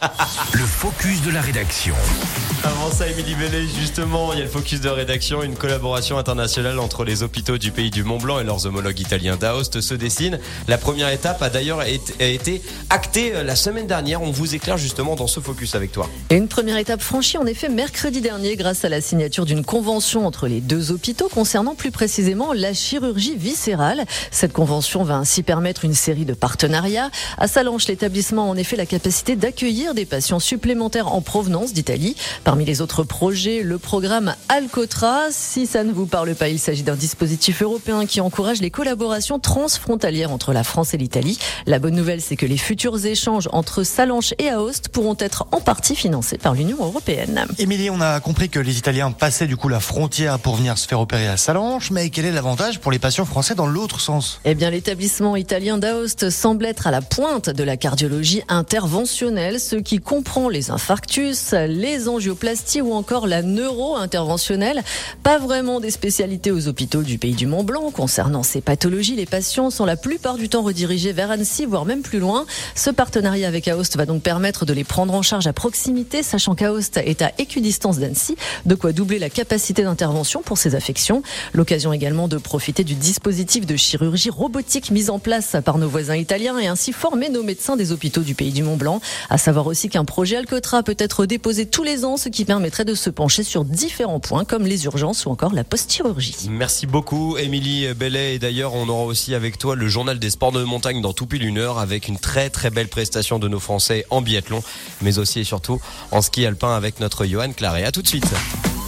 Le focus de la rédaction. Avant ça, Émilie Bellet, justement, il y a le focus de rédaction. Une collaboration internationale entre les hôpitaux du pays du Mont-Blanc et leurs homologues italiens d'Aoste se dessine. La première étape a d'ailleurs été actée la semaine dernière. On vous éclaire justement dans ce focus avec toi. Et une première étape franchie en effet mercredi dernier grâce à la signature d'une convention entre les deux hôpitaux concernant plus précisément la chirurgie viscérale. Cette convention va ainsi permettre une série de partenariats. À Sallanches, l'établissement a en effet la capacité d'accueillir des patients supplémentaires en provenance d'Italie. Parmi les autres projets, le programme Alcotra. Si ça ne vous parle pas, il s'agit d'un dispositif européen qui encourage les collaborations transfrontalières entre la France et l'Italie. La bonne nouvelle, c'est que les futurs échanges entre Sallanches et Aoste pourront être en partie financés par l'Union européenne. Émilie, on a compris que les Italiens passaient du coup la frontière pour venir se faire opérer à Sallanches, mais quel est l'avantage pour les patients français dans l'autre sens ? Eh bien, l'établissement italien d'Aoste semble être à la pointe de la cardiologie interventionnelle, ce qui comprend les infarctus, les angioplasties ou encore la neuro-interventionnelle. Pas vraiment des spécialités aux hôpitaux du pays du Mont-Blanc. Concernant ces pathologies, les patients sont la plupart du temps redirigés vers Annecy, voire même plus loin. Ce partenariat avec Aoste va donc permettre de les prendre en charge à proximité, sachant qu'Aoste est à équidistance d'Annecy, de quoi doubler la capacité d'intervention pour ces affections. L'occasion également de profiter du dispositif de chirurgie robotique mis en place par nos voisins italiens et ainsi former nos médecins des hôpitaux du pays du Mont-Blanc. À savoir aussi qu'un projet Alcotra peut être déposé tous les ans, ce qui permettrait de se pencher sur différents points comme les urgences ou encore la post-chirurgie. Merci beaucoup, Émilie Bellet. Et d'ailleurs, on aura aussi avec toi le journal des sports de montagne dans tout pile une heure avec une très très belle prestation de nos Français en biathlon, mais aussi et surtout en ski alpin avec notre Johan Claret. À tout de suite.